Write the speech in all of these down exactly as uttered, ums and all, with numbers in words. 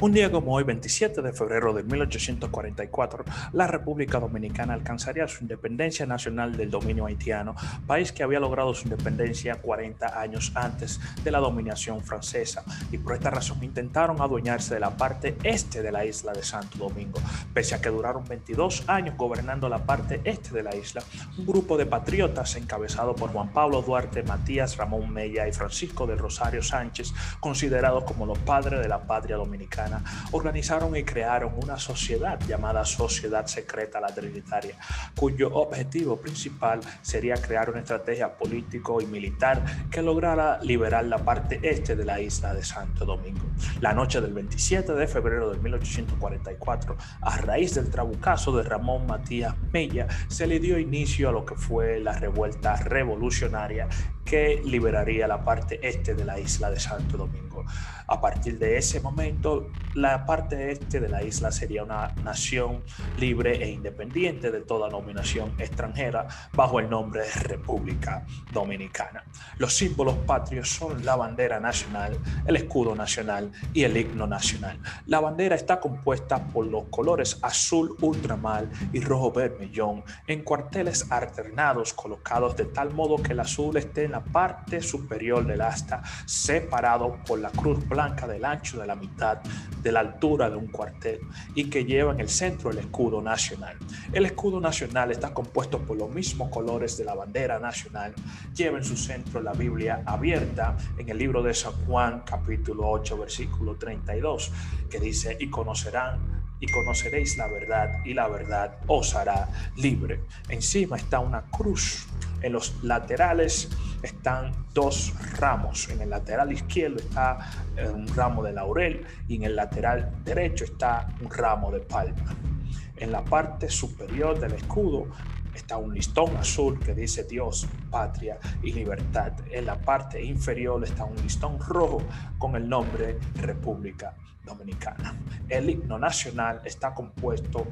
Un día como hoy, veintisiete de febrero de mil ochocientos cuarenta y cuatro, la República Dominicana alcanzaría su independencia nacional del dominio haitiano, país que había logrado su independencia cuarenta años antes de la dominación francesa, y por esta razón intentaron adueñarse de la parte este de la isla de Santo Domingo. Pese a que duraron veintidós años gobernando la parte este de la isla, un grupo de patriotas encabezado por Juan Pablo Duarte, Matías Ramón Mella y Francisco del Rosario Sánchez, considerados como los padres de la patria dominicana, organizaron y crearon una sociedad llamada Sociedad Secreta La Trinitaria, cuyo objetivo principal sería crear una estrategia político y militar que lograra liberar la parte este de la isla de Santo Domingo. La noche del veintisiete de febrero de mil ochocientos cuarenta y cuatro, a raíz del trabucazo de Ramón Matías Mella, se le dio inicio a lo que fue la revuelta revolucionaria que liberaría la parte este de la isla de Santo Domingo. A partir de ese momento, la parte este de la isla sería una nación libre e independiente de toda dominación extranjera bajo el nombre de República Dominicana. Los símbolos patrios son la bandera nacional, el escudo nacional y el himno nacional. La bandera está compuesta por los colores azul ultramar y rojo vermellón en cuarteles alternados colocados de tal modo que el azul esté en la parte superior del asta, separado por la cruz blanca del ancho de la mitad de la altura de un cuartel, y que lleva en el centro el escudo nacional. El escudo nacional está compuesto por los mismos colores de la bandera nacional. Lleva en su centro la Biblia abierta en el libro de San Juan, capítulo ocho, versículo treinta y dos, que dice: y conocerán y conoceréis la verdad, y la verdad os hará libre. Encima está una cruz. En los laterales están dos ramos. En el lateral izquierdo está un ramo de laurel y en el lateral derecho está un ramo de palma. En la parte superior del escudo está un listón azul que dice Dios, patria y libertad. En la parte inferior está un listón rojo con el nombre República Dominicana. El himno nacional está compuesto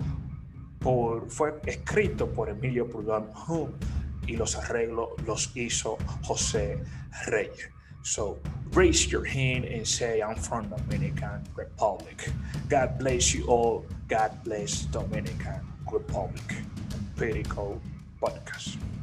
por, fue escrito por Emilio Prudhomme y los arreglos los hizo José Reyes. So raise your hand and say, I'm from Dominican Republic. God bless you all. God bless Dominican Republic. Empirical Podcast.